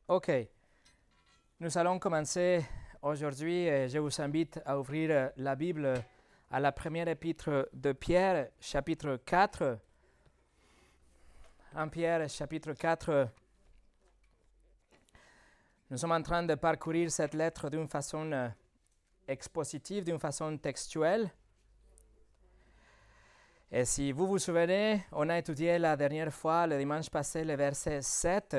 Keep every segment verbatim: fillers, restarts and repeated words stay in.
Ok, nous allons commencer aujourd'hui et je vous invite à ouvrir la Bible à la première épître de Pierre, chapitre quatre. En Pierre, chapitre quatre, nous sommes en train de parcourir cette lettre d'une façon euh, expositive, d'une façon textuelle. Et si vous vous souvenez, on a étudié la dernière fois, le dimanche passé, le verset sept,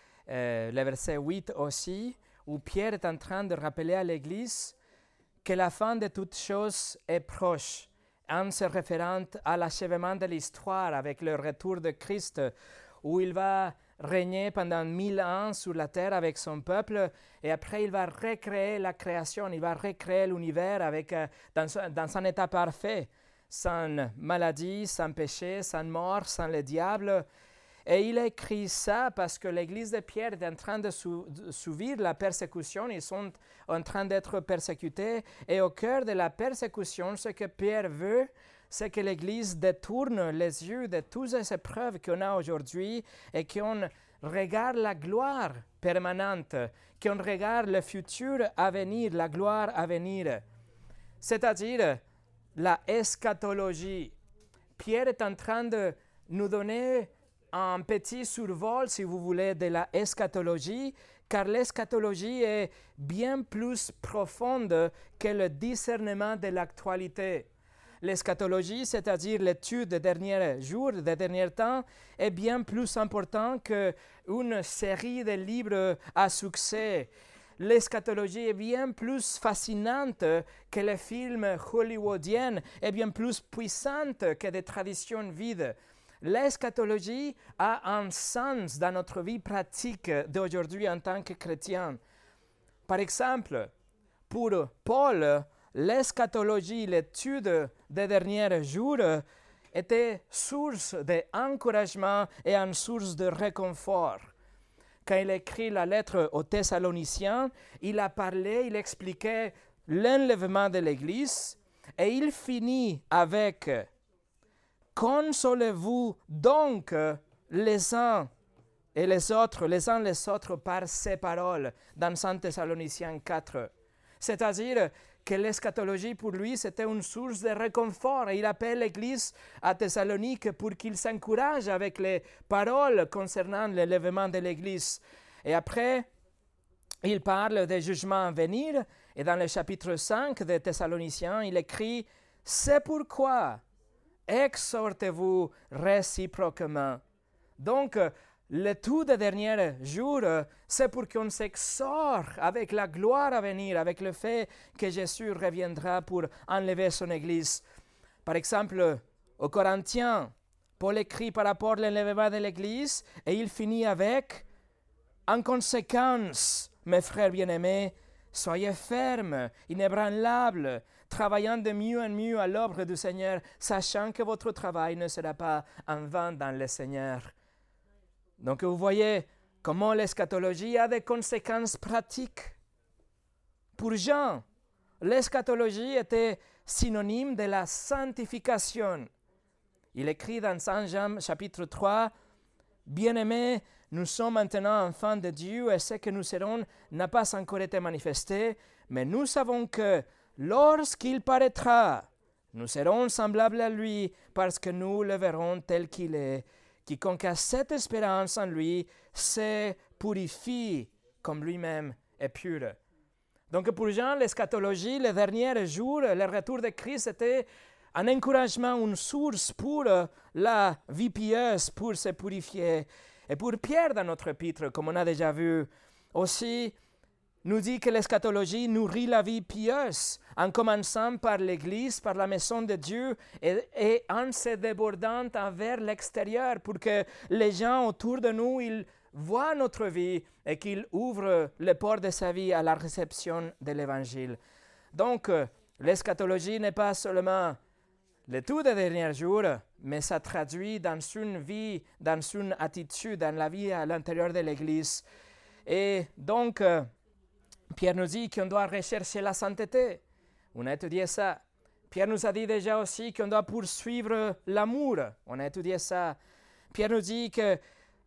euh, le verset huit aussi, où Pierre est en train de rappeler à l'Église que la fin de toutes choses est proche, en se référant à l'achèvement de l'histoire avec le retour de Christ, où il va régner pendant mille ans sur la terre avec son peuple, et après il va recréer la création, il va recréer l'univers avec, euh, dans, dans un état parfait, sans maladie, sans péché, sans mort, sans le diable. Et il écrit ça parce que l'église de Pierre est en train de, sou- de subir la persécution, ils sont en train d'être persécutés, et au cœur de la persécution, ce que Pierre veut, c'est que l'église détourne les yeux de toutes ces épreuves qu'on a aujourd'hui et qu'on regarde la gloire permanente, qu'on regarde le futur à venir, la gloire à venir. C'est-à-dire la eschatologie. Pierre est en train de nous donner un petit survol, si vous voulez, de la eschatologie, car l'eschatologie est bien plus profonde que le discernement de l'actualité. L'eschatologie, c'est-à-dire l'étude des derniers jours, des derniers temps, est bien plus importante qu'une série de livres à succès. L'eschatologie est bien plus fascinante que les films hollywoodiens et bien plus puissante que des traditions vides. L'eschatologie a un sens dans notre vie pratique d'aujourd'hui en tant que chrétien. Par exemple, pour Paul, l'eschatologie, l'étude des derniers jours, était source d'encouragement et une source de réconfort. Quand il écrit la lettre aux Thessaloniciens, il a parlé, il expliquait l'enlèvement de l'Église et il finit avec « Consolez-vous donc les uns et les autres, les uns les autres par ces paroles » dans un Thessaloniciens quatre. C'est-à-dire que l'eschatologie pour lui c'était une source de réconfort et il appelle l'Église à Thessalonique pour qu'il s'encourage avec les paroles concernant l'enlèvement de l'Église. Et après, il parle des jugements à venir et dans le chapitre cinq des Thessaloniciens, il écrit « C'est pourquoi exhortez-vous réciproquement ». Donc, le tout des derniers jours, c'est pour qu'on s'exhorte avec la gloire à venir, avec le fait que Jésus reviendra pour enlever son Église. Par exemple, aux Corinthiens, Paul écrit par rapport à l'enlèvement de l'Église et il finit avec « En conséquence, mes frères bien-aimés, soyez fermes, inébranlables, travaillant de mieux en mieux à l'œuvre du Seigneur, sachant que votre travail ne sera pas en vain dans le Seigneur. » Donc vous voyez comment l'eschatologie a des conséquences pratiques. Pour Jean, l'eschatologie était synonyme de la sanctification. Il écrit dans Saint Jean chapitre trois, « Bien-aimés, nous sommes maintenant enfants de Dieu et ce que nous serons n'a pas encore été manifesté, mais nous savons que lorsqu'il paraîtra, nous serons semblables à lui parce que nous le verrons tel qu'il est. Quiconque a cette espérance en lui se purifie comme lui-même est pur. » Donc pour Jean, l'eschatologie, les derniers jours, le retour de Christ était un encouragement, une source pour la vie pieuse, pour se purifier. Et pour Pierre dans notre épître, comme on a déjà vu, aussi nous dit que l'eschatologie nourrit la vie pieuse, en commençant par l'Église, par la maison de Dieu, et, et en se débordant vers l'extérieur, pour que les gens autour de nous, ils voient notre vie et qu'ils ouvrent les portes de sa vie à la réception de l'Évangile. Donc, l'eschatologie n'est pas seulement l'étude des derniers jours, mais ça traduit dans une vie, dans une attitude, dans la vie à l'intérieur de l'Église. Et donc, Pierre nous dit qu'on doit rechercher la sainteté. On a étudié ça. Pierre nous a dit déjà aussi qu'on doit poursuivre l'amour. On a étudié ça. Pierre nous dit que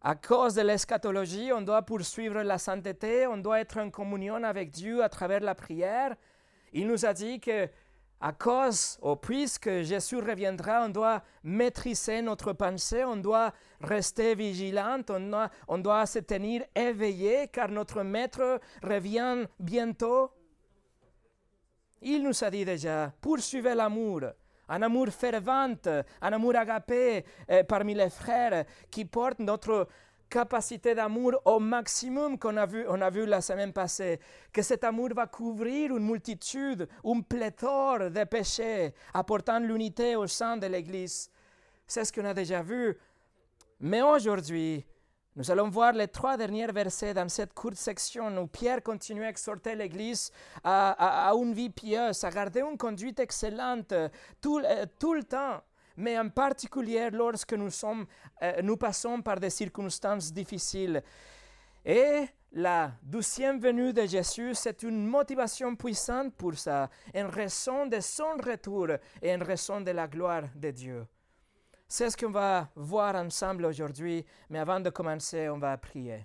À cause de l'eschatologie, on doit poursuivre la sainteté, on doit être en communion avec Dieu à travers la prière. Il nous a dit que à cause, ou puisque Jésus reviendra, on doit maîtriser notre pensée, on doit rester vigilant, on doit, on doit se tenir éveillé car notre Maître revient bientôt. Il nous a dit déjà, poursuivez l'amour, un amour fervent, un amour agapé euh, parmi les frères qui porte notre capacité d'amour au maximum qu'on a vu, on a vu la semaine passée, que cet amour va couvrir une multitude, une pléthore de péchés, apportant l'unité au sein de l'Église. C'est ce qu'on a déjà vu. Mais aujourd'hui, nous allons voir les trois derniers versets dans cette courte section où Pierre continue à exhorter l'Église à, à, à une vie pieuse, à garder une conduite excellente tout, euh, tout le temps, mais en particulier lorsque nous, sommes, euh, nous passons par des circonstances difficiles. Et la douzième venue de Jésus, c'est une motivation puissante pour ça, en raison de son retour et en raison de la gloire de Dieu. C'est ce qu'on va voir ensemble aujourd'hui, mais avant de commencer, on va prier.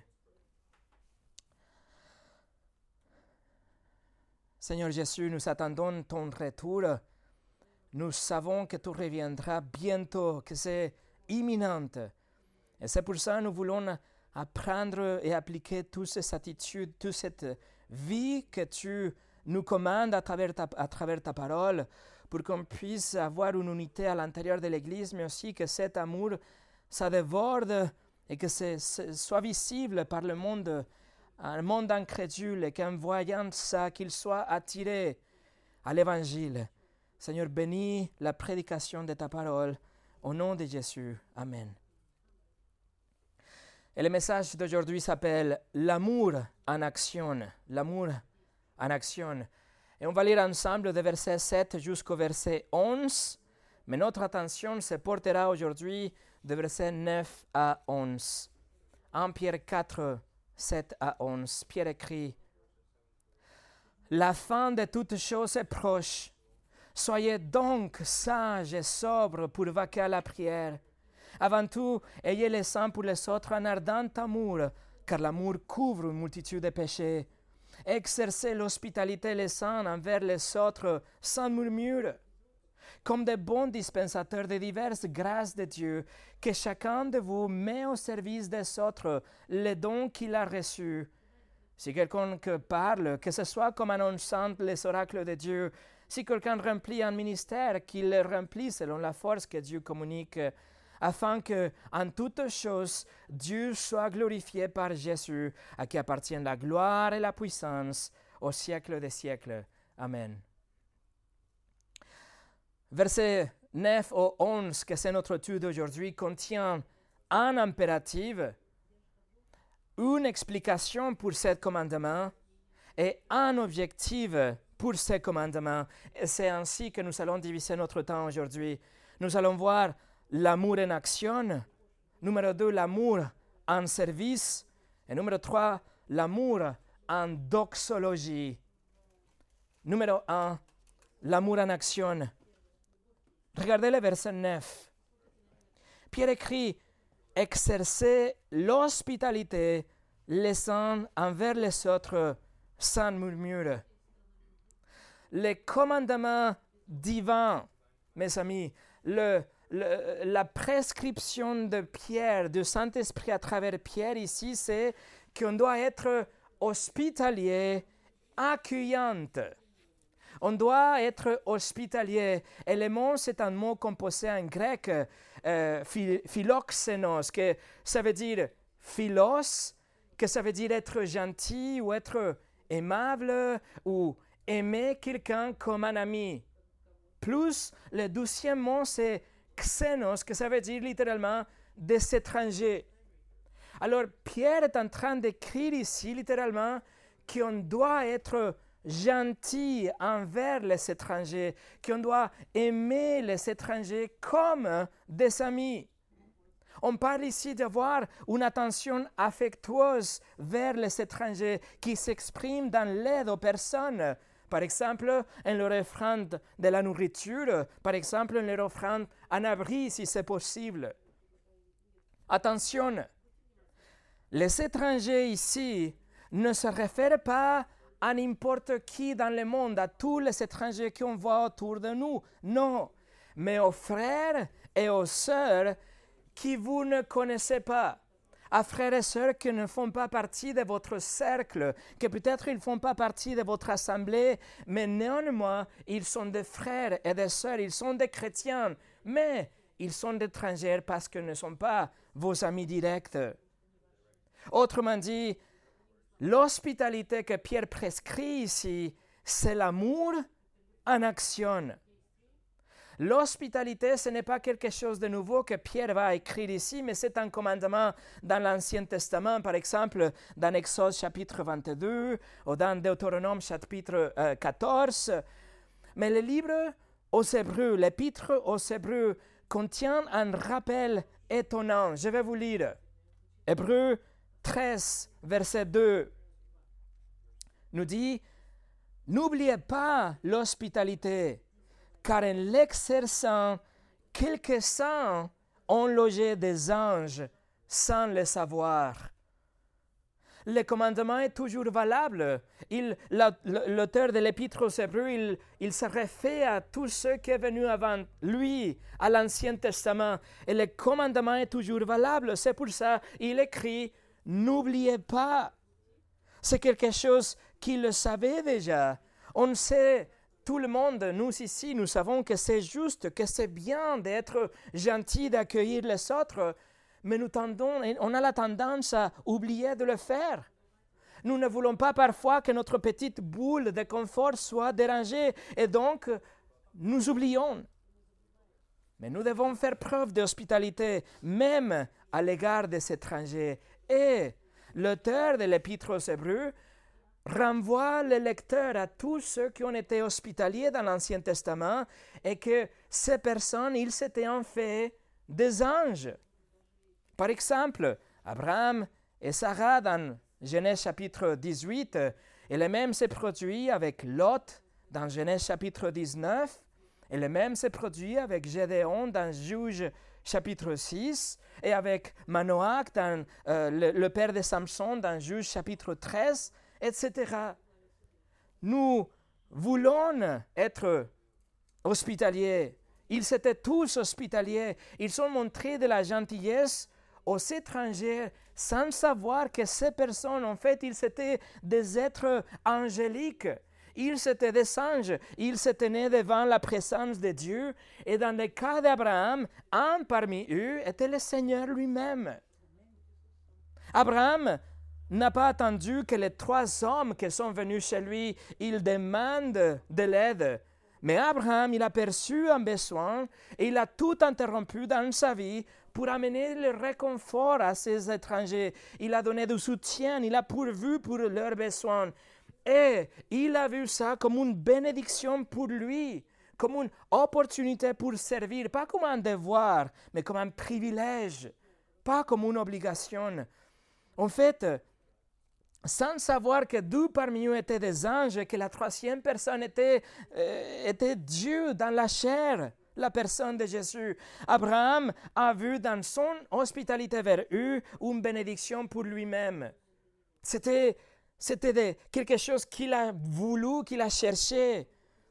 Seigneur Jésus, nous attendons ton retour. Nous savons que tu reviendras bientôt, que c'est imminent. Et c'est pour ça que nous voulons apprendre et appliquer toutes ces attitudes, toute cette vie que tu nous commandes à travers ta, à travers ta parole, pour qu'on puisse avoir une unité à l'intérieur de l'Église, mais aussi que cet amour, ça déborde et que c'est, c'est, soit visible par le monde, un monde incrédule, et qu'en voyant ça, qu'il soit attiré à l'Évangile. Seigneur, bénis la prédication de ta parole. Au nom de Jésus. Amen. Et le message d'aujourd'hui s'appelle « L'amour en action ». L'amour en action. Et on va lire ensemble de verset sept jusqu'au verset onze, mais notre attention se portera aujourd'hui de verset neuf à onze. premier Pierre quatre, sept à onze. Pierre écrit « La fin de toutes choses est proche. Soyez donc sages et sobres pour vaquer à la prière. Avant tout, ayez les uns pour les autres un ardent amour, car l'amour couvre une multitude de péchés. Exercez l'hospitalité les uns envers les autres sans murmure, comme de bons dispensateurs de diverses grâces de Dieu, que chacun de vous met au service des autres les dons qu'il a reçus. Si quelqu'un parle, que ce soit comme annonçant les oracles de Dieu, si quelqu'un remplit un ministère, qu'il le remplit selon la force que Dieu communique, afin que, en toutes choses, Dieu soit glorifié par Jésus, à qui appartiennent la gloire et la puissance au siècle des siècles. Amen. Versets neuf au onze, que c'est notre étude aujourd'hui, contient un impératif, une explication pour ce commandement et un objectif pour ce commandement. Et c'est ainsi que nous allons diviser notre temps aujourd'hui. Nous allons voir l'amour en action. Numéro deux, l'amour en service. Et numéro trois, l'amour en doxologie. Numéro un, l'amour en action. Regardez le verset neuf. Pierre écrit « Exercez l'hospitalité les uns envers les autres sans murmure. » Le commandement divin, mes amis, le Le, la prescription de Pierre, du Saint-Esprit à travers Pierre ici, c'est qu'on doit être hospitalier, accueillant. On doit être hospitalier. Et le mot, c'est un mot composé en grec, euh, philoxénos, que ça veut dire philos, que ça veut dire être gentil ou être aimable ou aimer quelqu'un comme un ami. Plus, le douzième mot, c'est xénos, que ça veut dire littéralement des étrangers. Alors, Pierre est en train d'écrire ici littéralement qu'on doit être gentil envers les étrangers, qu'on doit aimer les étrangers comme des amis. On parle ici d'avoir une attention affectueuse vers les étrangers qui s'exprime dans l'aide aux personnes. Par exemple, en leur offrant de la nourriture, par exemple, en leur offrant un abri si c'est possible. Attention, Les étrangers ici ne se réfèrent pas à n'importe qui dans le monde, à tous les étrangers qu'on voit autour de nous. Non, mais aux frères et aux sœurs qui vous ne connaissez pas. À frères et sœurs qui ne font pas partie de votre cercle, que peut-être ils ne font pas partie de votre assemblée, mais néanmoins, ils sont des frères et des sœurs, ils sont des chrétiens, mais ils sont des étrangers parce qu'ils ne sont pas vos amis directs. Autrement dit, l'hospitalité que Pierre prescrit ici, c'est l'amour en action. L'hospitalité, ce n'est pas quelque chose de nouveau que Pierre va écrire ici, mais c'est un commandement dans l'Ancien Testament, par exemple dans Exode chapitre vingt-deux ou dans Deutéronome chapitre euh, quatorze. Mais le livre aux Hébreux, l'épître aux Hébreux, contient un rappel étonnant. Je vais vous lire. Hébreux treize, verset deux, nous dit « N'oubliez pas l'hospitalité, car en l'exerçant, quelques-uns ont logé des anges sans le savoir. » Le commandement est toujours valable. Il, la, l'auteur de l'Épître aux Hébreux, il, il se réfère à tous ceux qui sont venus avant lui, à l'Ancien Testament. Et le commandement est toujours valable. C'est pour ça qu'il écrit « N'oubliez pas ». C'est quelque chose qu'il le savait déjà. On sait, tout le monde, nous ici, nous savons que c'est juste, que c'est bien d'être gentil, d'accueillir les autres, mais nous tendons, on a la tendance à oublier de le faire. Nous ne voulons pas parfois que notre petite boule de confort soit dérangée, et donc nous oublions. Mais nous devons faire preuve d'hospitalité, même à l'égard des étrangers. Et l'auteur de l'Épître aux Hébreux renvoie le lecteur à tous ceux qui ont été hospitaliers dans l'Ancien Testament et que ces personnes, ils s'étaient en fait des anges. Par exemple, Abraham et Sarah dans Genèse chapitre dix-huit, et le même s'est produit avec Lot dans Genèse chapitre dix-neuf, et le même s'est produit avec Gédéon dans Juges chapitre six, et avec Manoach, dans, euh, le, le père de Samson, dans Juges chapitre treize, et cetera. Nous voulons être hospitaliers. Ils étaient tous hospitaliers. Ils ont montré de la gentillesse aux étrangers sans savoir que ces personnes, en fait, ils étaient des êtres angéliques. Ils étaient des anges. Ils se tenaient devant la présence de Dieu. Et dans le cas d'Abraham, un parmi eux était le Seigneur lui-même. Abraham n'a pas attendu que les trois hommes qui sont venus chez lui, ils demandent de l'aide. Mais Abraham, il a perçu un besoin et il a tout interrompu dans sa vie pour amener le réconfort à ces étrangers. Il a donné du soutien, il a pourvu pour leurs besoins. Et il a vu ça comme une bénédiction pour lui, comme une opportunité pour servir, pas comme un devoir, mais comme un privilège, pas comme une obligation. En fait, sans savoir que deux parmi eux étaient des anges et que la troisième personne était, euh, était Dieu dans la chair, la personne de Jésus. Abraham a vu dans son hospitalité vers eux une bénédiction pour lui-même. C'était, c'était de, quelque chose qu'il a voulu, qu'il a cherché.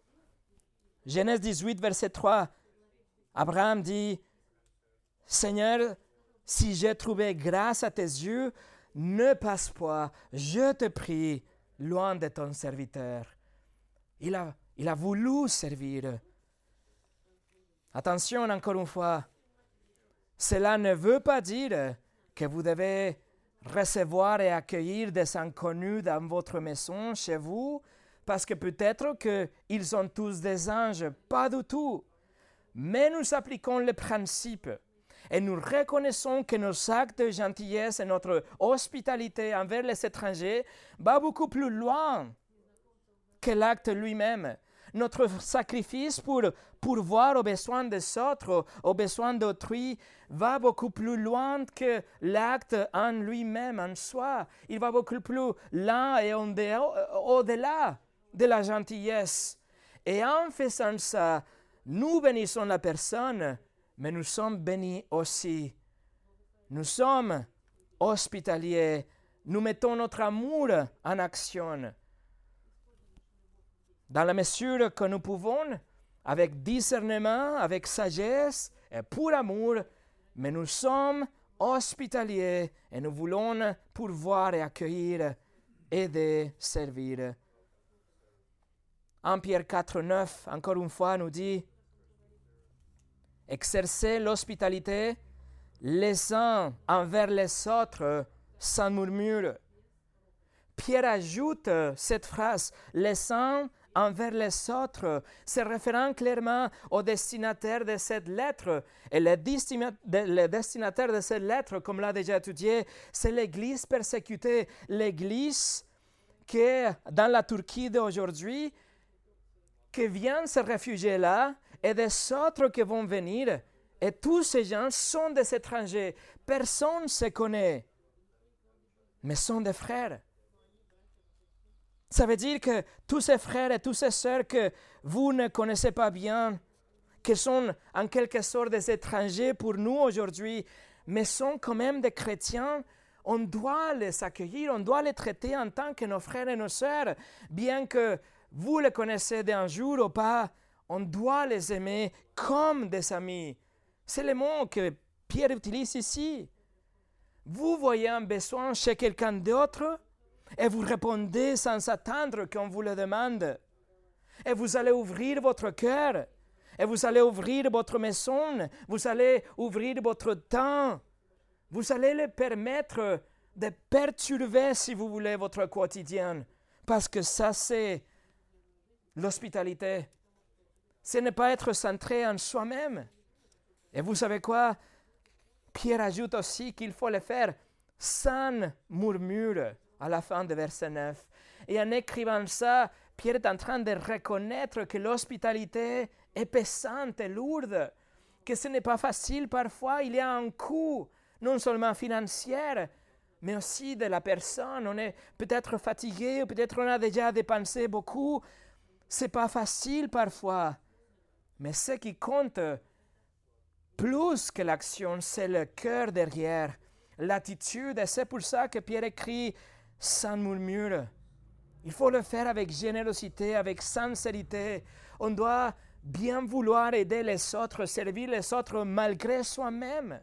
Genèse dix-huit, verset trois. Abraham dit, « Seigneur, si j'ai trouvé grâce à tes yeux, ne passe pas, je te prie, loin de ton serviteur. » Il a, il a voulu servir. Attention encore une fois, cela ne veut pas dire que vous devez recevoir et accueillir des inconnus dans votre maison, chez vous, parce que peut-être qu'ils sont tous des anges, pas du tout. Mais nous appliquons le principe. Et nous reconnaissons que nos actes de gentillesse et notre hospitalité envers les étrangers va beaucoup plus loin que l'acte lui-même. Notre sacrifice pour pourvoir aux besoins des autres, aux besoins d'autrui, va beaucoup plus loin que l'acte en lui-même, en soi. Il va beaucoup plus loin et au-delà de la gentillesse. Et en faisant ça, nous bénissons la personne, mais nous sommes bénis aussi. Nous sommes hospitaliers. Nous mettons notre amour en action. Dans la mesure que nous pouvons, avec discernement, avec sagesse et pour amour, mais nous sommes hospitaliers et nous voulons pourvoir et accueillir, aider, servir. un Pierre quatre, neuf, encore une fois, nous dit « Exercez l'hospitalité les uns envers les autres sans murmure. » Pierre ajoute cette phrase « les uns envers les autres », se référant clairement au destinataire de cette lettre. Et le, destina- le destinataire de cette lettre, comme l'a déjà étudié, c'est l'Église persécutée, l'Église qui est dans la Turquie d'aujourd'hui, qui vient se réfugier là, et des autres qui vont venir. Et tous ces gens sont des étrangers. Personne ne se connaît, mais sont des frères. Ça veut dire que tous ces frères et toutes ces sœurs que vous ne connaissez pas bien, qui sont en quelque sorte des étrangers pour nous aujourd'hui, mais sont quand même des chrétiens, on doit les accueillir, on doit les traiter en tant que nos frères et nos sœurs. Bien que vous les connaissez d'un jour ou pas, on doit les aimer comme des amis. C'est le mot que Pierre utilise ici. Vous voyez un besoin chez quelqu'un d'autre, et vous répondez sans attendre qu'on vous le demande. Et vous allez ouvrir votre cœur. Et vous allez ouvrir votre maison. Vous allez ouvrir votre temps. Vous allez le permettre de perturber, si vous voulez, votre quotidien. Parce que ça, c'est l'hospitalité. Ce n'est pas être centré en soi-même. Et vous savez quoi? Pierre ajoute aussi qu'il faut le faire sans murmure. À la fin de verset neuf. Et en écrivant ça, Pierre est en train de reconnaître que l'hospitalité est pesante et lourde, que ce n'est pas facile parfois, il y a un coût, non seulement financier, mais aussi de la personne. On est peut-être fatigué, ou peut-être on a déjà dépensé beaucoup. Ce n'est pas facile parfois, mais ce qui compte plus que l'action, c'est le cœur derrière, l'attitude. Et c'est pour ça que Pierre écrit sans murmure. Il faut le faire avec générosité, avec sincérité. On doit bien vouloir aider les autres, servir les autres malgré soi-même.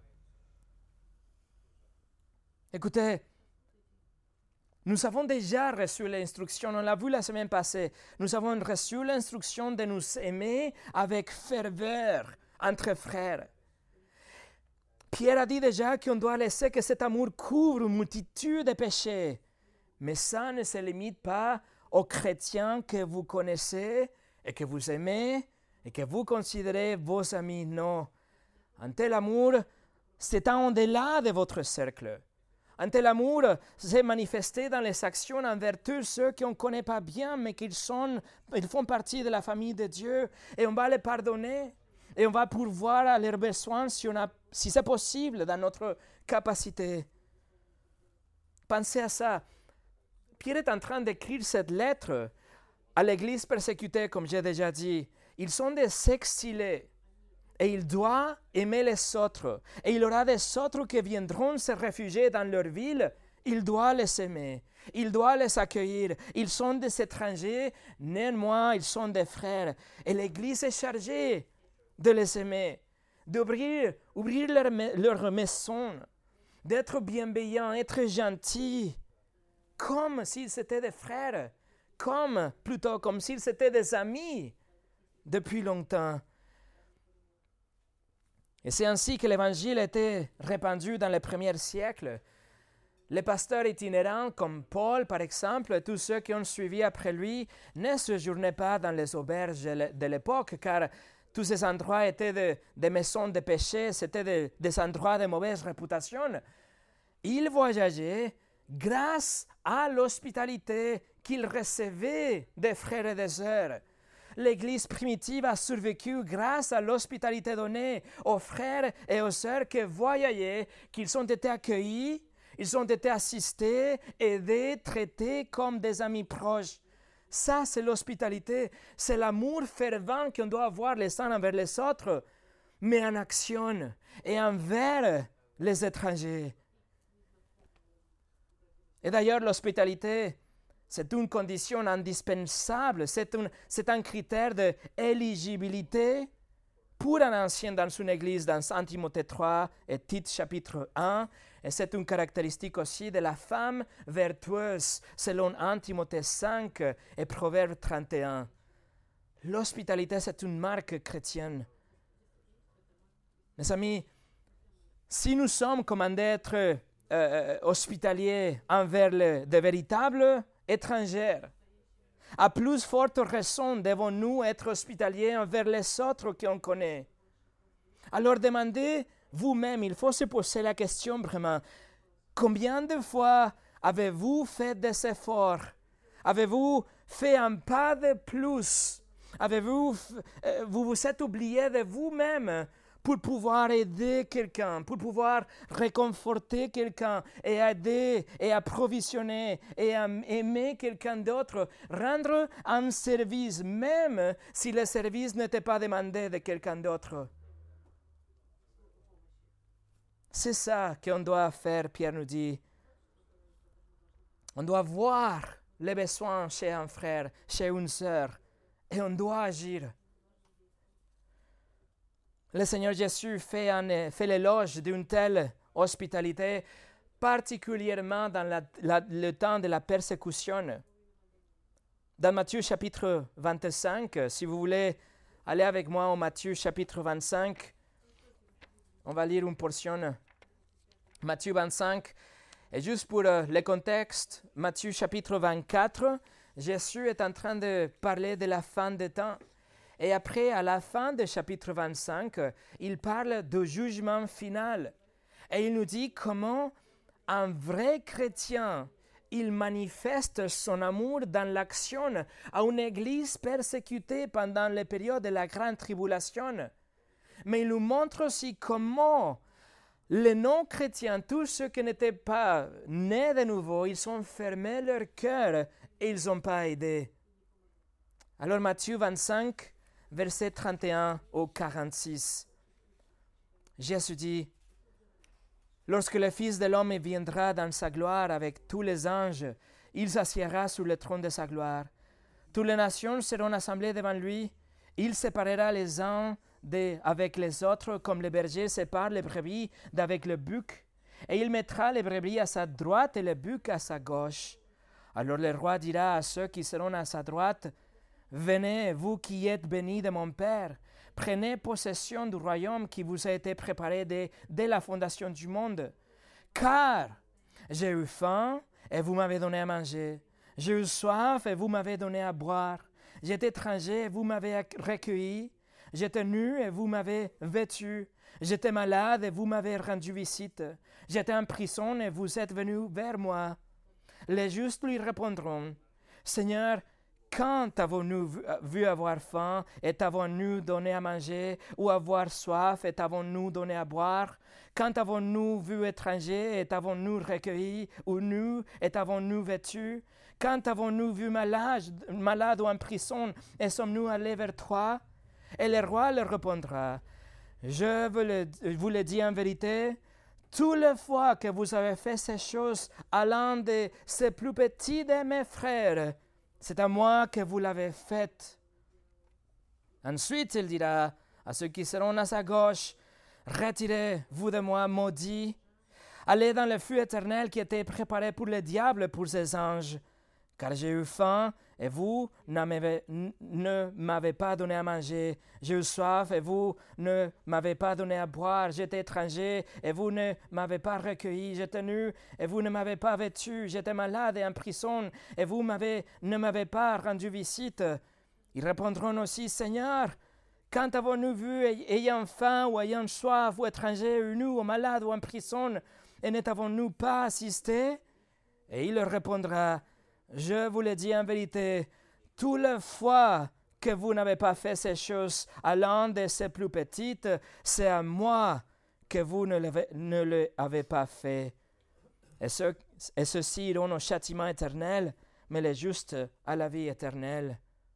Écoutez, nous avons déjà reçu l'instruction, on l'a vu la semaine passée, nous avons reçu l'instruction de nous aimer avec ferveur entre frères. Pierre a dit déjà qu'on doit laisser que cet amour couvre une multitude de péchés. Mais ça ne se limite pas aux chrétiens que vous connaissez et que vous aimez et que vous considérez vos amis. Non. Un tel amour, c'est au-delà de votre cercle. Un tel amour s'est manifesté dans les actions envers tous ceux qu'on ne connaît pas bien, mais qu'ils sont, ils font partie de la famille de Dieu. Et on va les pardonner. Et on va pourvoir à leurs besoins si, on a, si c'est possible dans notre capacité. Pensez à ça. Pierre est en train d'écrire cette lettre à l'Église persécutée, comme j'ai déjà dit. Ils sont des exilés et il doit aimer les autres. Et il y aura des autres qui viendront se réfugier dans leur ville. Il doit les aimer. Il doit les accueillir. Ils sont des étrangers. Néanmoins, ils sont des frères. Et l'Église est chargée de les aimer, d'ouvrir ouvrir leur, leur maison, d'être bienveillants, être gentils, comme s'ils étaient des frères, comme plutôt comme s'ils étaient des amis depuis longtemps. Et c'est ainsi que l'Évangile était répandu dans les premiers siècles. Les pasteurs itinérants comme Paul, par exemple, et tous ceux qui ont suivi après lui, ne séjournaient pas dans les auberges de l'époque, car tous ces endroits étaient de, des maisons de péché, c'était de, des endroits de mauvaise réputation. Ils voyageaient grâce à l'hospitalité qu'ils recevaient des frères et des sœurs. L'Église primitive a survécu grâce à l'hospitalité donnée aux frères et aux sœurs qui voyageaient, qu'ils ont été accueillis, ils ont été assistés, aidés, traités comme des amis proches. Ça, c'est l'hospitalité, c'est l'amour fervent qu'on doit avoir les uns envers les autres, mais en action et envers les étrangers. Et d'ailleurs, l'hospitalité, c'est une condition indispensable, c'est un, c'est un critère d'éligibilité pour un ancien dans une église, dans un Timothée trois et Tite chapitre un. Et c'est une caractéristique aussi de la femme vertueuse, selon un Timothée cinq et Proverbe trente et un. L'hospitalité, c'est une marque chrétienne. Mes amis, si nous sommes commandés d'être euh, hospitaliers envers les, de véritables étrangers, à plus forte raison devons-nous être hospitaliers envers les autres qu'on connaît. Alors demandez vous-même, il faut se poser la question vraiment, combien de fois avez-vous fait des efforts? Avez-vous fait un pas de plus? Avez-vous, euh, vous vous êtes oublié de vous-même pour pouvoir aider quelqu'un, pour pouvoir réconforter quelqu'un et aider et approvisionner et aimer quelqu'un d'autre, rendre un service, même si le service n'était pas demandé de quelqu'un d'autre. C'est ça qu'on doit faire, Pierre nous dit. On doit voir les besoins chez un frère, chez une sœur, et on doit agir. Le Seigneur Jésus fait, un, fait l'éloge d'une telle hospitalité, particulièrement dans la, la, le temps de la persécution. Dans Matthieu chapitre vingt-cinq, si vous voulez aller avec moi au Matthieu chapitre vingt-cinq, on va lire une portion. Matthieu vingt-cinq, et juste pour euh, le contexte, Matthieu chapitre vingt-quatre, Jésus est en train de parler de la fin des temps. Et après, à la fin du chapitre vingt-cinq, il parle du jugement final. Et il nous dit comment un vrai chrétien, il manifeste son amour dans l'action à une église persécutée pendant les périodes de la grande tribulation. Mais il nous montre aussi comment les non-chrétiens, tous ceux qui n'étaient pas nés de nouveau, ils ont fermé leur cœur et ils n'ont pas aidé. Alors Matthieu vingt-cinq, verset trente et un au quarante-six. Jésus dit, « Lorsque le Fils de l'homme viendra dans sa gloire avec tous les anges, il s'assiera sur le trône de sa gloire. Toutes les nations seront assemblées devant lui. Il séparera les uns de, avec les autres, comme le berger sépare les brebis d'avec le bouc. Et il mettra les brebis à sa droite et le bouc à sa gauche. Alors le roi dira à ceux qui seront à sa droite, « Venez, vous qui êtes bénis de mon Père, prenez possession du royaume qui vous a été préparé dès, dès la fondation du monde. Car j'ai eu faim et vous m'avez donné à manger. J'ai eu soif et vous m'avez donné à boire. J'étais étranger et vous m'avez recueilli. J'étais nu et vous m'avez vêtu. J'étais malade et vous m'avez rendu visite. J'étais en prison et vous êtes venus vers moi. » Les justes lui répondront, « Seigneur, quand avons-nous vu, vu avoir faim et t'avons-nous donné à manger, ou avoir soif et t'avons-nous donné à boire? Quand avons-nous vu étranger et t'avons-nous recueilli, ou nu et t'avons-nous vêtu? Quand avons-nous vu malade, malade ou en prison et sommes-nous allés vers toi? » Et le roi leur répondra, « Je vous le, vous le dis en vérité, toutes les fois que vous avez fait ces choses à l'un de ces plus petits de mes frères, c'est à moi que vous l'avez fait. » Ensuite, il dira à ceux qui seront à sa gauche, « Retirez-vous de moi, maudits, allez dans le feu éternel qui était préparé pour le diable et pour ses anges. Car j'ai eu faim et vous ne m'avez pas donné à manger. J'ai eu soif et vous ne m'avez pas donné à boire. J'étais étranger et vous ne m'avez pas recueilli. J'étais nu et vous ne m'avez pas vêtu. J'étais malade et en prison et vous m'avez, ne m'avez pas rendu visite. » Ils répondront aussi, « Seigneur, quand avons-nous vu ayant faim ou ayant soif ou étranger ou nu ou malade ou en prison et ne t'avons-nous pas assisté ?» Et il leur répondra, « Je vous le dis en vérité, toutes les fois que vous n'avez pas fait ces choses à l'un de ces plus petites, c'est à moi que vous ne, ne le avez pas fait. Et, ce, et ceux-ci iront au châtiment éternel, mais les justes à la vie éternelle. »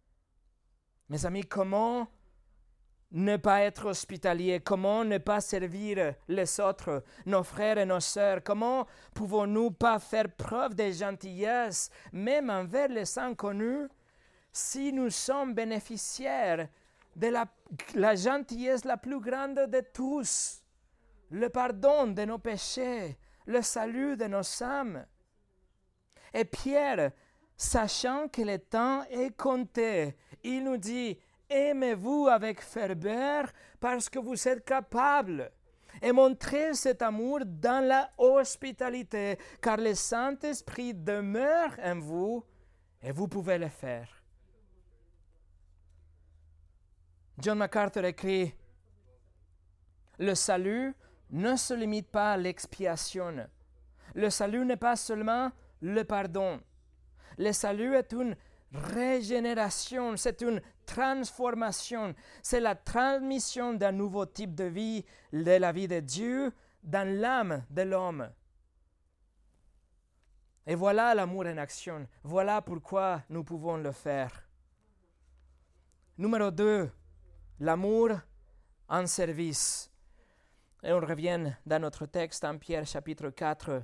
Mes amis, comment ne pas être hospitalier? Comment ne pas servir les autres, nos frères et nos sœurs? Comment pouvons-nous pas faire preuve de gentillesse, même envers les inconnus, si nous sommes bénéficiaires de la, la gentillesse la plus grande de tous, le pardon de nos péchés, le salut de nos âmes? Et Pierre, sachant que le temps est compté, il nous dit: aimez-vous avec ferveur parce que vous êtes capables, et montrez cet amour dans la hospitalité, car le Saint-Esprit demeure en vous et vous pouvez le faire. John MacArthur écrit: le salut ne se limite pas à l'expiation. Le salut n'est pas seulement le pardon. Le salut est une régénération, c'est une transformation, c'est la transmission d'un nouveau type de vie, de la vie de Dieu, dans l'âme de l'homme. Et voilà l'amour en action, voilà pourquoi nous pouvons le faire. Numéro deux, l'amour en service. Et on revient dans notre texte en Pierre chapitre quatre.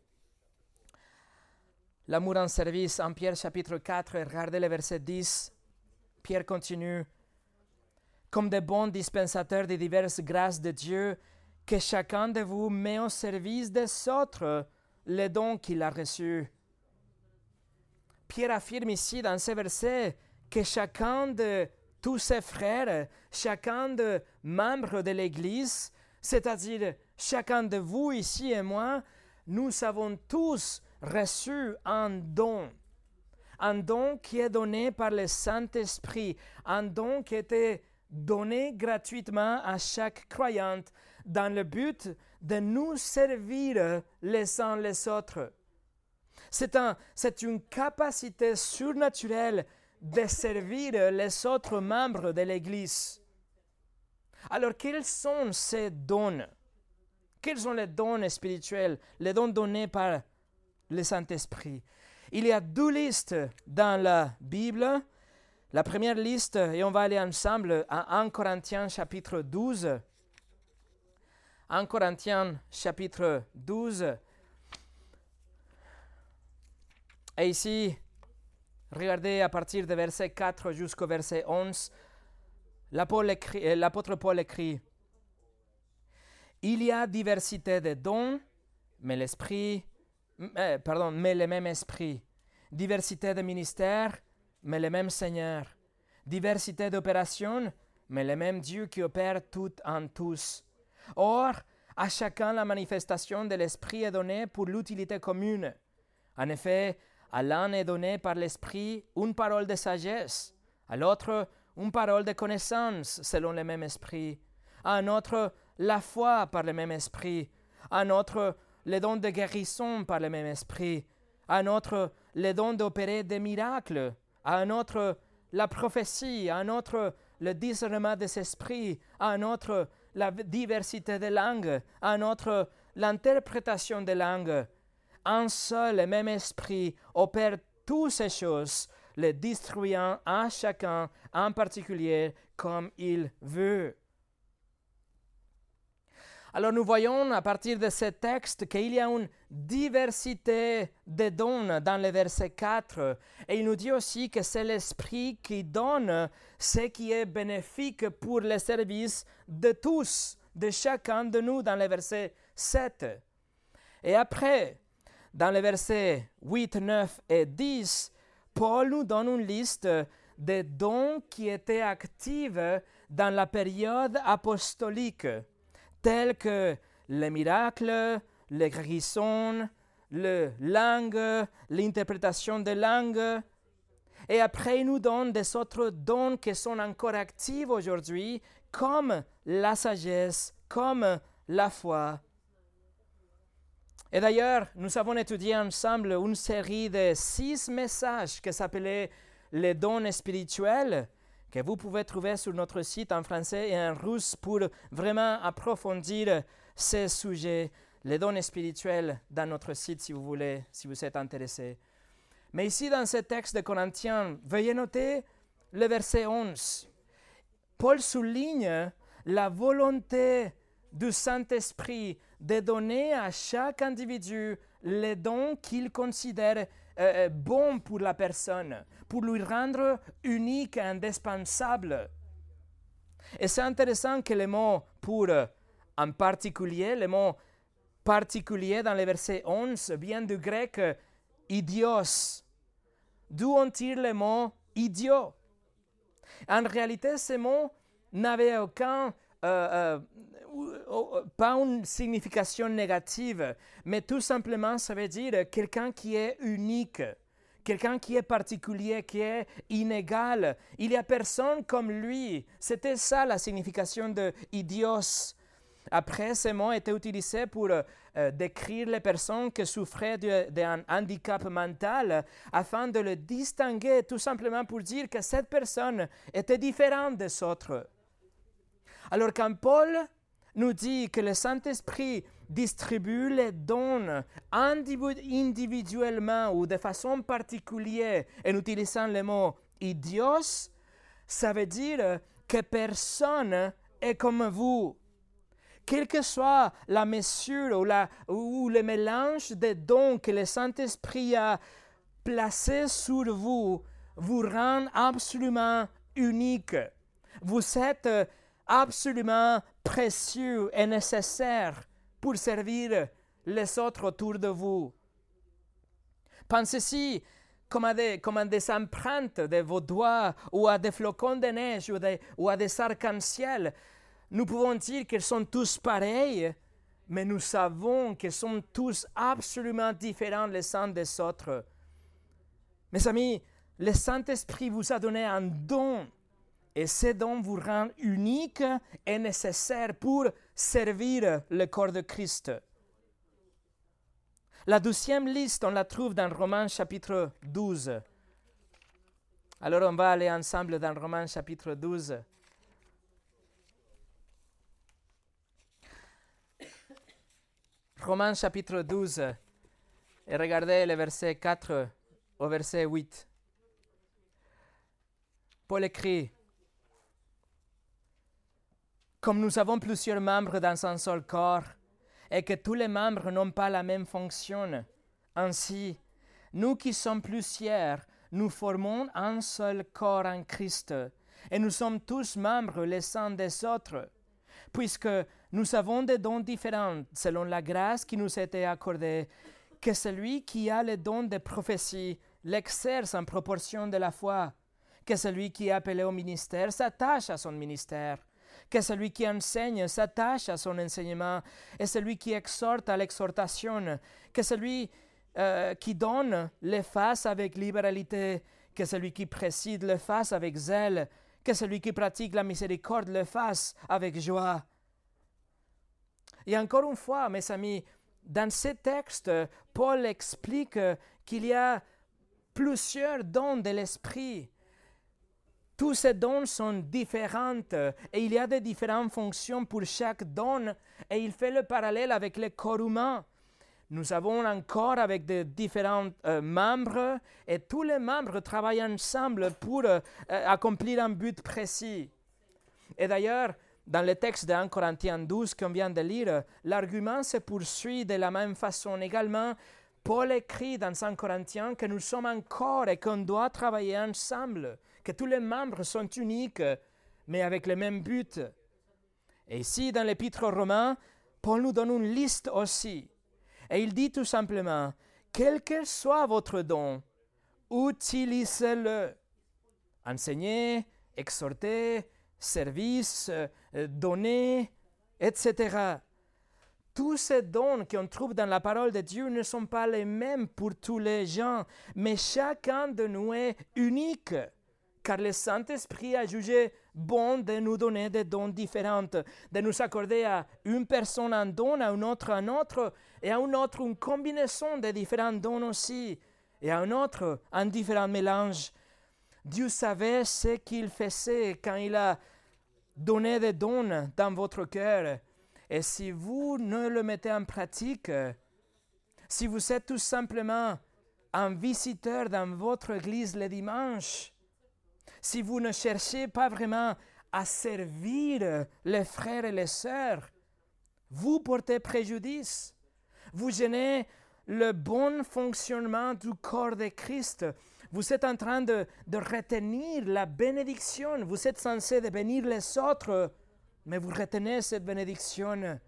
L'amour en service en Pierre chapitre quatre, regardez le verset dix. Pierre continue: comme de bons dispensateurs des diverses grâces de Dieu, que chacun de vous met au service des autres les dons qu'il a reçus. Pierre affirme ici dans ce verset que chacun de tous ses frères, chacun des membres de l'Église, c'est-à-dire chacun de vous ici et moi, nous avons tous reçu un don. Un don qui est donné par le Saint-Esprit, un don qui était donné gratuitement à chaque croyante dans le but de nous servir les uns les autres. C'est, un, c'est une capacité surnaturelle de servir les autres membres de l'Église. Alors, quels sont ces dons? Quels sont les dons spirituels, les dons donnés par le Saint-Esprit? Il y a deux listes dans la Bible. La première liste, et on va aller ensemble à un Corinthiens chapitre douze. un Corinthiens chapitre douze. Et ici, regardez à partir de verset quatre jusqu'au verset onze, l'apôtre Paul écrit: il y a diversité de dons, mais l'esprit, euh, pardon, mais le même esprit. Diversité de ministères, mais le même Seigneur. Diversité d'opérations, mais le même Dieu qui opère tout en tous. Or, à chacun la manifestation de l'esprit est donnée pour l'utilité commune. En effet, à l'un est donné par l'esprit une parole de sagesse, à l'autre une parole de connaissance selon le même esprit, à un autre la foi par le même esprit, à un autre le don de guérison par le même esprit, à un autre le don d'opérer des miracles, à un autre la prophétie, à un autre le discernement des esprits, à un autre la diversité des langues, à un autre l'interprétation des langues. Un seul et même esprit opère toutes ces choses, les distribuant à chacun en particulier comme il veut. Alors nous voyons à partir de ce texte qu'il y a une diversité de dons dans le verset quatre. Et il nous dit aussi que c'est l'Esprit qui donne ce qui est bénéfique pour le service de tous, de chacun de nous dans le verset sept. Et après, dans les versets huit, neuf et dix, Paul nous donne une liste des dons qui étaient actifs dans la période apostolique, tels que les miracles, les guérisons, les langues, l'interprétation des langues. Et après, il nous donne des autres dons qui sont encore actifs aujourd'hui, comme la sagesse, comme la foi. Et d'ailleurs, nous avons étudié ensemble une série de six messages qui s'appelaient les dons spirituels, que vous pouvez trouver sur notre site en français et en russe pour vraiment approfondir ces sujets, les dons spirituels, dans notre site si vous voulez, si vous êtes intéressé. Mais ici, dans ce texte de Corinthiens, veuillez noter le verset onze. Paul souligne la volonté du Saint-Esprit de donner à chaque individu les dons qu'il considère euh, bons pour la personne, pour lui rendre unique et indispensable. Et c'est intéressant que le mot pour en particulier, le mot particulier dans le verset onze vient du grec idios, d'où on tire le mot idiot. En réalité, ce mot n'avait aucun, euh, euh, pas une signification négative, mais tout simplement, ça veut dire quelqu'un qui est unique, quelqu'un qui est particulier, qui est inégal. Il n'y a personne comme lui. C'était ça la signification de idios. Après, ce mot était utilisé pour euh, décrire les personnes qui souffraient d'un handicap mental afin de le distinguer, tout simplement pour dire que cette personne était différente des autres. Alors quand Paul nous dit que le Saint-Esprit distribue les dons individuellement ou de façon particulière en utilisant le mot idios, ça veut dire que personne est comme vous. Quelle que soit la mesure ou, la, ou le mélange des dons que le Saint-Esprit a placés sur vous, vous rend absolument unique. Vous êtes absolument précieux et nécessaire pour servir les autres autour de vous. Pensez-y comme à des, comme à des empreintes de vos doigts ou à des flocons de neige ou, de, ou à des arcs-en-ciel. Nous pouvons dire qu'ils sont tous pareils, mais nous savons qu'ils sont tous absolument différents les uns des autres. Mes amis, le Saint-Esprit vous a donné un don, et ce don vous rend unique et nécessaire pour servir le corps de Christ. La deuxième liste, on la trouve dans Romains chapitre douze. Alors on va aller ensemble dans Romains chapitre douze. Romains chapitre douze, et regardez le verset quatre au verset huit. Paul écrit: « Comme nous avons plusieurs membres dans un seul corps, et que tous les membres n'ont pas la même fonction, ainsi, nous qui sommes plusieurs, nous formons un seul corps en Christ, et nous sommes tous membres les uns des autres. Puisque nous avons des dons différents selon la grâce qui nous a été accordée, que celui qui a le don de prophétie l'exerce en proportion de la foi, que celui qui est appelé au ministère s'attache à son ministère, que celui qui enseigne s'attache à son enseignement, et celui qui exhorte à l'exhortation, que celui euh, qui donne le fasse avec libéralité, que celui qui préside le fasse avec zèle, que celui qui pratique la miséricorde le fasse avec joie. » Et encore une fois, mes amis, dans ce texte, Paul explique qu'il y a plusieurs dons de l'Esprit. Tous ces dons sont différents et il y a des différentes fonctions pour chaque don, et il fait le parallèle avec le corps humain. Nous avons un corps avec de différents euh, membres, et tous les membres travaillent ensemble pour euh, accomplir un but précis. Et d'ailleurs, dans le texte de premier Corinthiens douze qu'on vient de lire, l'argument se poursuit de la même façon. Également, Paul écrit dans premier Corinthiens que nous sommes un corps et qu'on doit travailler ensemble, que tous les membres sont uniques, mais avec le même but. Et ici, dans l'Épître aux Romains, Paul nous donne une liste aussi. Et il dit tout simplement, quel que soit votre don, utilisez-le. Enseignez, exhortez, service, euh, donner, et cetera. Tous ces dons qu'on trouve dans la parole de Dieu ne sont pas les mêmes pour tous les gens, mais chacun de nous est unique, car le Saint-Esprit a jugé bon de nous donner des dons différents, de nous accorder à une personne un don, à une autre un autre, et à une autre une combinaison de différents dons aussi, et à un autre un différent mélange. Dieu savait ce qu'il faisait quand il a donné des dons dans votre cœur. Et si vous ne le mettez en pratique, si vous êtes tout simplement un visiteur dans votre église le dimanche, si vous ne cherchez pas vraiment à servir les frères et les sœurs, vous portez préjudice. Vous gênez le bon fonctionnement du corps de Christ. Vous êtes en train de, de retenir la bénédiction. Vous êtes censé de bénir les autres, mais vous retenez cette bénédiction.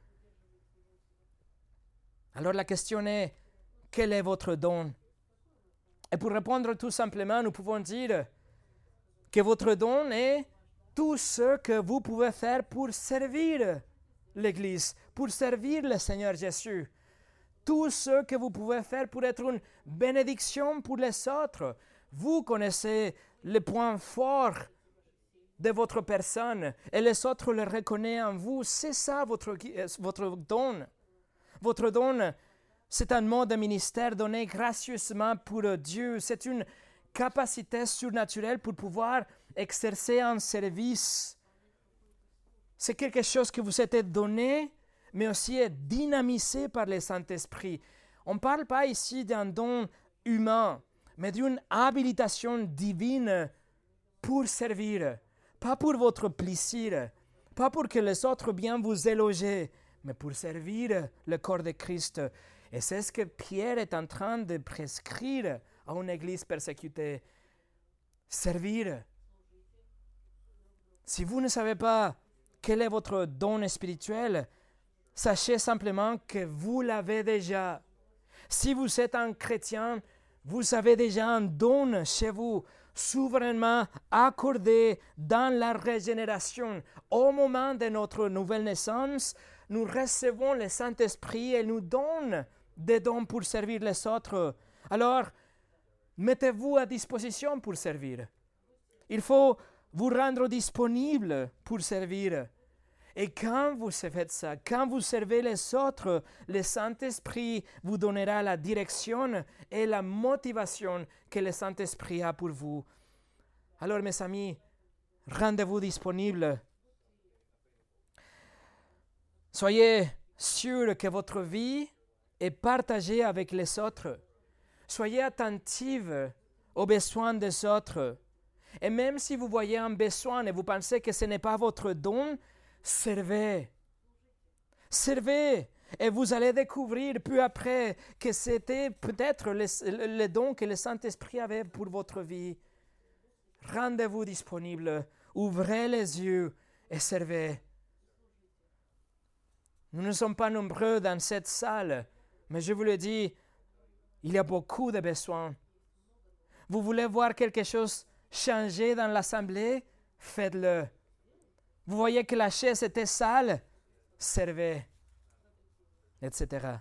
Alors la question est, quel est votre don? Et pour répondre tout simplement, nous pouvons dire que votre don est tout ce que vous pouvez faire pour servir l'Église, pour servir le Seigneur Jésus. Tout ce que vous pouvez faire pour être une bénédiction pour les autres. Vous connaissez les points forts de votre personne et les autres le reconnaissent en vous. C'est ça votre, votre don. Votre don, c'est un mode de ministère donné gracieusement pour Dieu. C'est une capacité surnaturelle pour pouvoir exercer un service. C'est quelque chose que vous êtes donné, mais aussi est dynamisé par le Saint-Esprit. On ne parle pas ici d'un don humain, mais d'une habilitation divine pour servir. Pas pour votre plaisir, pas pour que les autres bien vous élogient, mais pour servir le corps de Christ. Et c'est ce que Pierre est en train de prescrire à une église persécutée. Servir. Si vous ne savez pas quel est votre don spirituel, sachez simplement que vous l'avez déjà. Si vous êtes un chrétien, vous avez déjà un don chez vous, souverainement accordé dans la régénération. Au moment de notre nouvelle naissance, nous recevons le Saint-Esprit et nous donne des dons pour servir les autres. Alors, mettez-vous à disposition pour servir. Il faut vous rendre disponible pour servir. Et quand vous faites ça, quand vous servez les autres, le Saint-Esprit vous donnera la direction et la motivation que le Saint-Esprit a pour vous. Alors, mes amis, rendez-vous disponibles. Soyez sûrs que votre vie est partagée avec les autres. Soyez attentifs aux besoins des autres. Et même si vous voyez un besoin et vous pensez que ce n'est pas votre don, servez. Servez. Et vous allez découvrir peu après que c'était peut-être le, le don que le Saint-Esprit avait pour votre vie. Rendez-vous disponible. Ouvrez les yeux et servez. Nous ne sommes pas nombreux dans cette salle, mais je vous le dis, il y a beaucoup de besoins. Vous voulez voir quelque chose changer dans l'assemblée? Faites-le. Vous voyez que la chaise était sale? Servez, et cetera.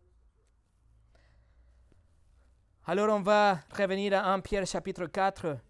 Alors on va revenir à un Pierre chapitre quatre.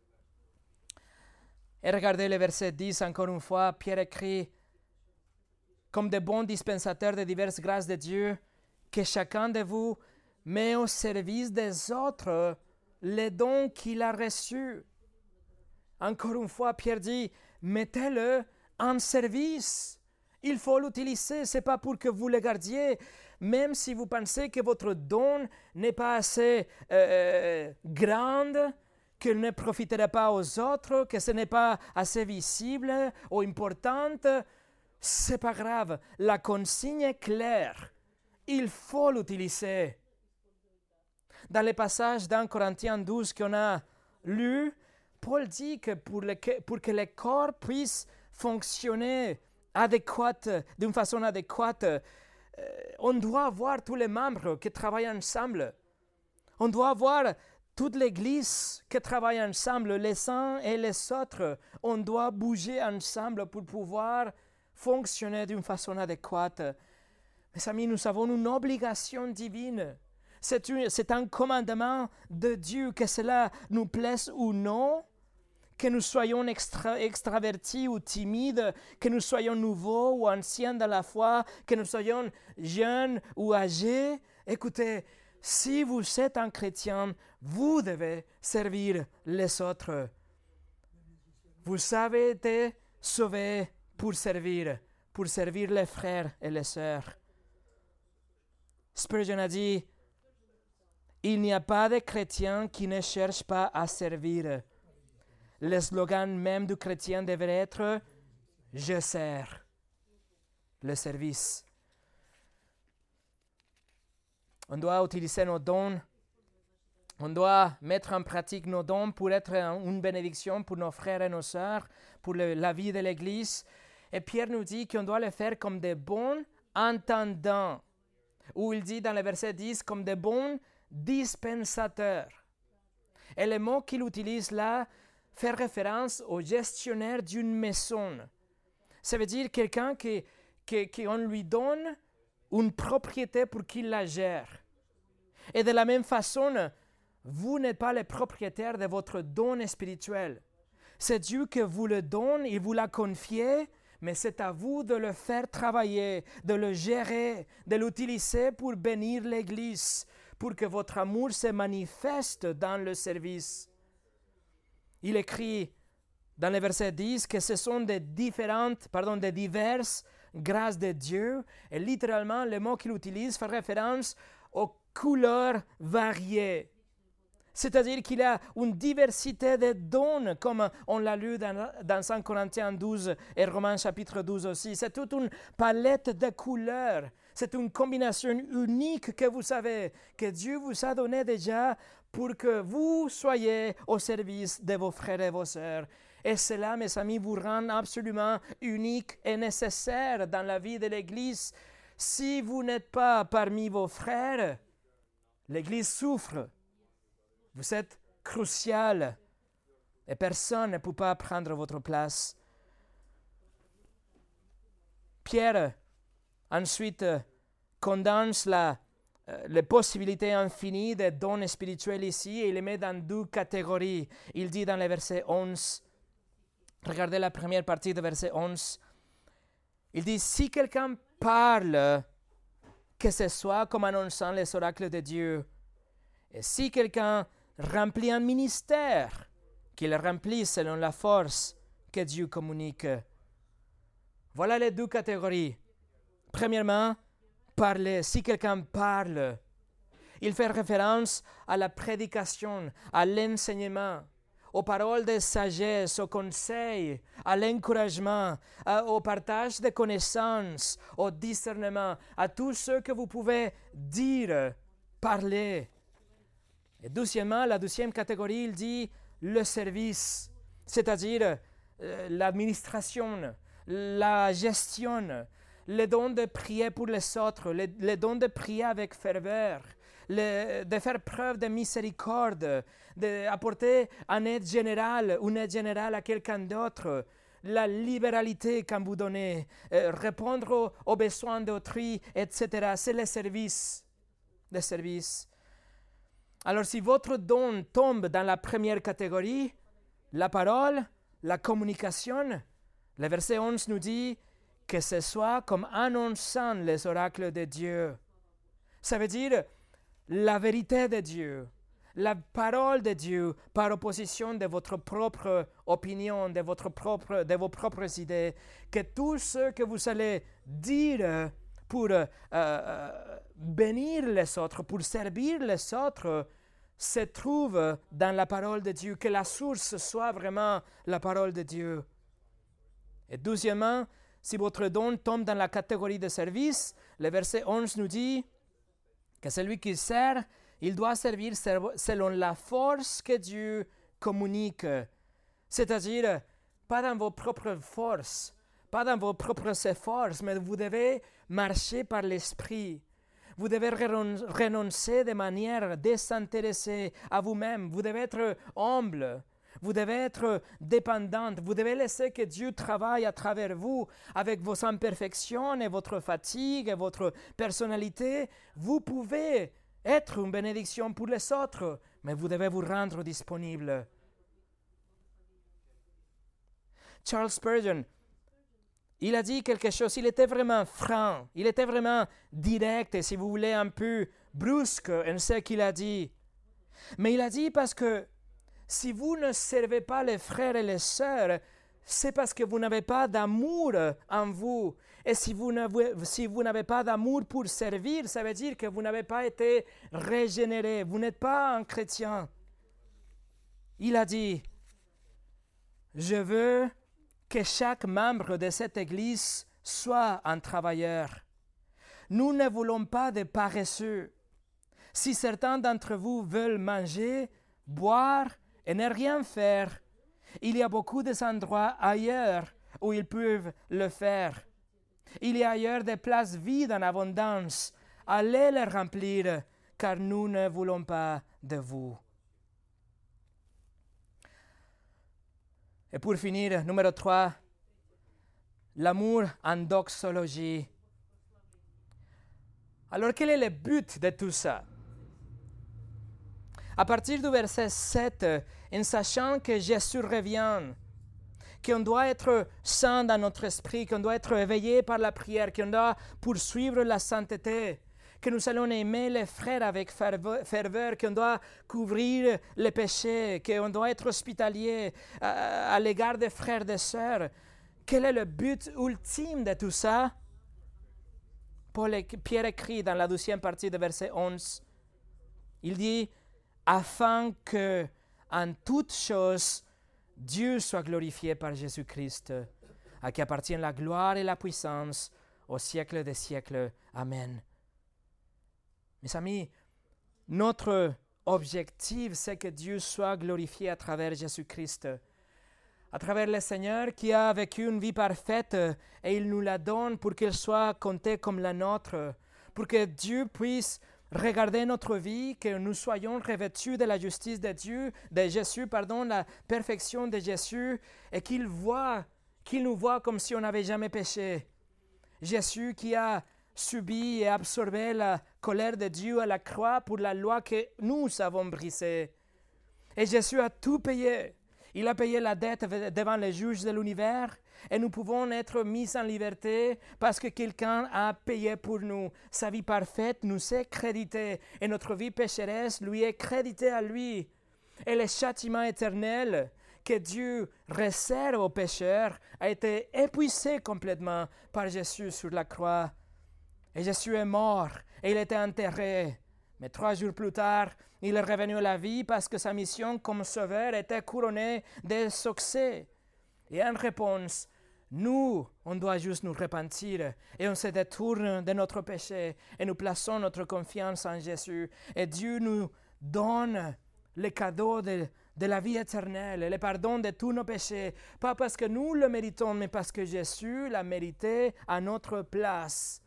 Et regardez le verset dix encore une fois. Pierre écrit, comme de bons dispensateurs de diverses grâces de Dieu, que chacun de vous met au service des autres les dons qu'il a reçus. Encore une fois, Pierre dit, mettez-le en service. Il faut l'utiliser, ce n'est pas pour que vous le gardiez. Même si vous pensez que votre don n'est pas assez euh, grand, qu'il ne profitera pas aux autres, que ce n'est pas assez visible ou important, ce n'est pas grave. La consigne est claire. Il faut l'utiliser. Dans le passage d'un Corinthiens douze qu'on a lu, Paul dit que pour, le, pour que le corps puisse fonctionner adéquate, d'une façon adéquate, euh, on doit avoir tous les membres qui travaillent ensemble. On doit avoir toute l'Église qui travaille ensemble, les uns et les autres. On doit bouger ensemble pour pouvoir fonctionner d'une façon adéquate. Mes amis, nous avons une obligation divine. C'est, une, c'est un commandement de Dieu, que cela nous plaise ou non, que nous soyons extra, extravertis ou timides, que nous soyons nouveaux ou anciens dans la foi, que nous soyons jeunes ou âgés. Écoutez, si vous êtes un chrétien, vous devez servir les autres. Vous avez été sauvés pour servir, pour servir les frères et les sœurs. Spurgeon a dit, il n'y a pas de chrétien qui ne cherche pas à servir. Le slogan même du chrétien devrait être « Je sers », le service. On doit utiliser nos dons. On doit mettre en pratique nos dons pour être une bénédiction pour nos frères et nos sœurs, pour le, la vie de l'Église. Et Pierre nous dit qu'on doit le faire comme des bons entendants. Ou il dit dans le verset dix, comme des bons dispensateurs. Et le mot qu'il utilise là fait référence au gestionnaire d'une maison. Ça veut dire quelqu'un qui, qui, qui on lui donne une propriété pour qu'il la gère. Et de la même façon, vous n'êtes pas le propriétaire de votre don spirituel. C'est Dieu qui vous le donne, il vous l'a confié, mais c'est à vous de le faire travailler, de le gérer, de l'utiliser pour bénir l'Église, pour que votre amour se manifeste dans le service. Il écrit dans le verset dix que ce sont des différentes, pardon, des diverses grâces de Dieu, et littéralement, le mot qu'il utilise fait référence aux couleurs variées. C'est-à-dire qu'il y a une diversité de dons, comme on l'a lu dans, dans cinq Corinthiens douze et Romains chapitre douze aussi. C'est toute une palette de couleurs. C'est une combinaison unique que vous savez, que Dieu vous a donné déjà pour que vous soyez au service de vos frères et vos sœurs. Et cela, mes amis, vous rend absolument unique et nécessaire dans la vie de l'Église. Si vous n'êtes pas parmi vos frères, l'Église souffre. Vous êtes crucial et personne ne peut pas prendre votre place. Pierre, ensuite, condense la, euh, les possibilités infinies des dons spirituels ici et il les met dans deux catégories. Il dit dans le verset onze, regardez la première partie du verset onze, il dit, si quelqu'un parle, que ce soit comme annonçant les oracles de Dieu, et si quelqu'un remplit un ministère, qu'il remplisse selon la force que Dieu communique. Voilà les deux catégories. Premièrement, parler. Si quelqu'un parle, il fait référence à la prédication, à l'enseignement, aux paroles de sagesse, aux conseils, à l'encouragement, à, au partage de connaissances, au discernement, à tout ce que vous pouvez dire, parler. Et deuxièmement, la deuxième catégorie, il dit le service, c'est-à-dire euh, l'administration, la gestion, le don de prier pour les autres, le, le don de prier avec ferveur, le, de faire preuve de miséricorde, d'apporter une aide générale, une aide générale à quelqu'un d'autre, la libéralité quand vous donnez, euh, répondre aux, aux besoins d'autrui, et cetera. C'est le service, le service. Alors, si votre don tombe dans la première catégorie, la parole, la communication, le verset onze nous dit que ce soit comme annonçant les oracles de Dieu. Ça veut dire la vérité de Dieu, la parole de Dieu par opposition de votre propre opinion, de, votre propre, de vos propres idées, que tout ce que vous allez dire pour euh, euh, bénir les autres, pour servir les autres, se trouve dans la parole de Dieu, que la source soit vraiment la parole de Dieu. Et deuxièmement, si votre don tombe dans la catégorie de service, le verset onze nous dit que celui qui sert, il doit servir selon la force que Dieu communique. C'est-à-dire, pas dans vos propres forces, pas dans vos propres efforts, mais vous devez marcher par l'Esprit. Vous devez renoncer de manière désintéressée à vous-même. Vous devez être humble. Vous devez être dépendante. Vous devez laisser que Dieu travaille à travers vous avec vos imperfections et votre fatigue et votre personnalité. Vous pouvez être une bénédiction pour les autres, mais vous devez vous rendre disponible. Charles Spurgeon, il a dit quelque chose, il était vraiment franc, il était vraiment direct et si vous voulez un peu brusque en ce qu'il a dit. Mais il a dit parce que si vous ne servez pas les frères et les sœurs, c'est parce que vous n'avez pas d'amour en vous. Et si vous n'avez, si vous n'avez pas d'amour pour servir, ça veut dire que vous n'avez pas été régénéré, vous n'êtes pas un chrétien. Il a dit, Je veux que chaque membre de cette Église soit un travailleur. Nous ne voulons pas de paresseux. Si certains d'entre vous veulent manger, boire et ne rien faire, il y a beaucoup d'endroits ailleurs où ils peuvent le faire. Il y a ailleurs des places vides en abondance. Allez les remplir, car nous ne voulons pas de vous. Et pour finir, numéro trois, l'amour en doxologie. Alors, quel est le but de tout ça? À partir du verset sept, en sachant que Jésus revient, qu'on doit être saint dans notre esprit, qu'on doit être éveillé par la prière, qu'on doit poursuivre la sainteté, que nous allons aimer les frères avec ferveur, qu'on doit couvrir les péchés, qu'on doit être hospitalier à, à l'égard des frères et des sœurs. Quel est le but ultime de tout ça? Paul, Pierre écrit dans la deuxième partie du verset onze, il dit « Afin que, en toutes choses, Dieu soit glorifié par Jésus-Christ, à qui appartient la gloire et la puissance au siècle des siècles. Amen. » Mes amis, notre objectif, c'est que Dieu soit glorifié à travers Jésus-Christ, à travers le Seigneur qui a vécu une vie parfaite et il nous la donne pour qu'elle soit comptée comme la nôtre, pour que Dieu puisse regarder notre vie, que nous soyons revêtus de la justice de Dieu, de Jésus, pardon, la perfection de Jésus, et qu'il voit, qu'il nous voit comme si on n'avait jamais péché. Jésus qui a subi et absorbé la colère de Dieu à la croix pour la loi que nous avons brisée. Et Jésus a tout payé. Il a payé la dette devant les juges de l'univers et nous pouvons être mis en liberté parce que quelqu'un a payé pour nous. Sa vie parfaite nous est créditée et notre vie pécheresse lui est créditée à lui. Et le châtiment éternel que Dieu réserve aux pécheurs a été épuisé complètement par Jésus sur la croix. Et Jésus est mort et il était enterré. Mais trois jours plus tard, il est revenu à la vie parce que sa mission comme sauveur était couronnée de succès. Et en réponse, nous, on doit juste nous repentir et on se détourne de notre péché et nous plaçons notre confiance en Jésus. Et Dieu nous donne le cadeau de, de la vie éternelle, le pardon de tous nos péchés, pas parce que nous le méritons, mais parce que Jésus l'a mérité à notre place.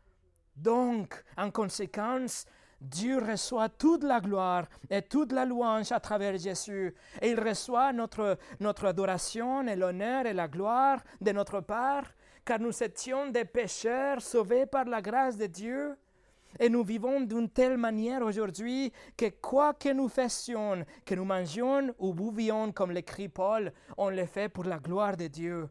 Donc, en conséquence, Dieu reçoit toute la gloire et toute la louange à travers Jésus. Et il reçoit notre, notre adoration et l'honneur et la gloire de notre part, car nous étions des pécheurs sauvés par la grâce de Dieu. Et nous vivons d'une telle manière aujourd'hui que quoi que nous fassions, que nous mangions ou buvions, comme l'écrit Paul, on le fait pour la gloire de Dieu.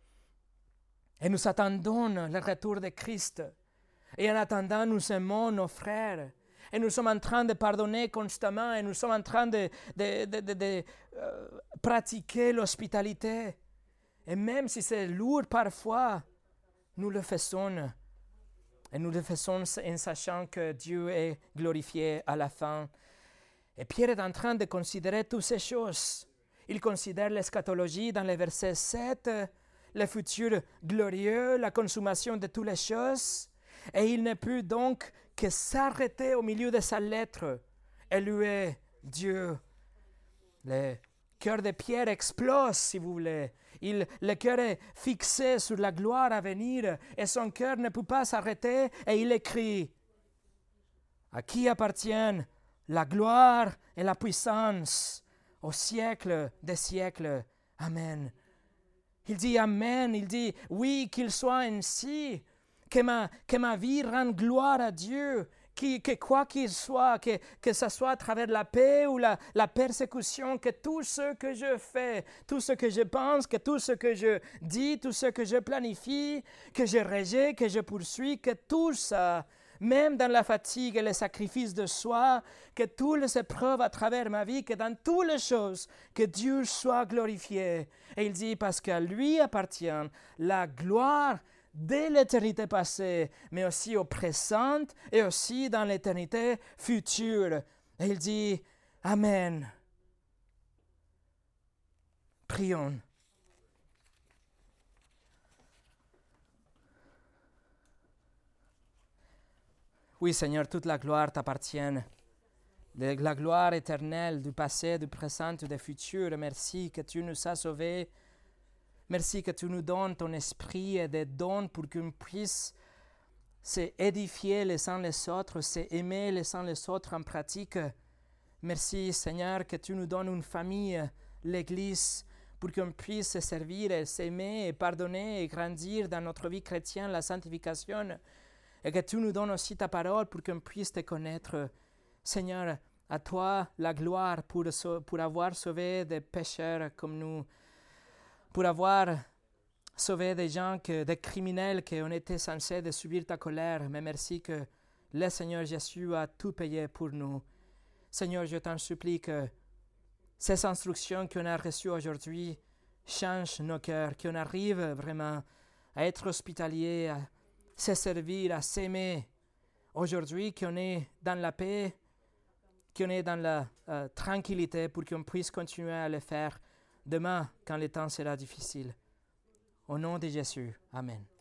Et nous attendons le retour de Christ. Et en attendant, nous aimons nos frères. Et nous sommes en train de pardonner constamment et nous sommes en train de, de, de, de, de euh, pratiquer l'hospitalité. Et même si c'est lourd parfois, nous le faisons. Et nous le faisons en sachant que Dieu est glorifié à la fin. Et Pierre est en train de considérer toutes ces choses. Il considère l'eschatologie dans le verset sept, le futur glorieux, la consommation de toutes les choses. Et il ne peut donc que s'arrêter au milieu de sa lettre et louer Dieu. Le cœur de Pierre explose, si vous voulez. Il, le cœur est fixé sur la gloire à venir et son cœur ne peut pas s'arrêter et il écrit « À qui appartiennent la gloire et la puissance au siècle des siècles. Amen. » Il dit « Amen », il dit « Oui, qu'il soit ainsi ». Que ma, que ma vie rende gloire à Dieu, que, que quoi qu'il soit, que, que ce soit à travers la paix ou la, la persécution, que tout ce que je fais, tout ce que je pense, que tout ce que je dis, tout ce que je planifie, que je rejette, que je poursuis, que tout ça, même dans la fatigue et le sacrifice de soi, que toutes les épreuves à travers ma vie, que dans toutes les choses, que Dieu soit glorifié. Et il dit, parce qu'à lui appartient la gloire dès l'éternité passée, mais aussi au présent et aussi dans l'éternité future. Et il dit, Amen. Prions. Oui, Seigneur, toute la gloire t'appartient. De la gloire éternelle du passé, du présent et du futur. Merci que tu nous as sauvés. Merci que tu nous donnes ton esprit et des dons pour qu'on puisse s'édifier les uns les autres, s'aimer les uns les autres en pratique. Merci, Seigneur, que tu nous donnes une famille, l'Église, pour qu'on puisse se servir et s'aimer et pardonner et grandir dans notre vie chrétienne, la sanctification. Et que tu nous donnes aussi ta parole pour qu'on puisse te connaître. Seigneur, à toi la gloire pour, pour avoir sauvé des pécheurs comme nous, pour avoir sauvé des gens, que, des criminels qui ont été censés de subir ta colère. Mais merci que le Seigneur Jésus a tout payé pour nous. Seigneur, je t'en supplie que ces instructions qu'on a reçues aujourd'hui changent nos cœurs, qu'on arrive vraiment à être hospitaliers, à se servir, à s'aimer. Aujourd'hui, qu'on est dans la paix, qu'on est dans la euh, tranquillité pour qu'on puisse continuer à le faire demain quand le temps sera difficile. Au nom de Jésus, Amen.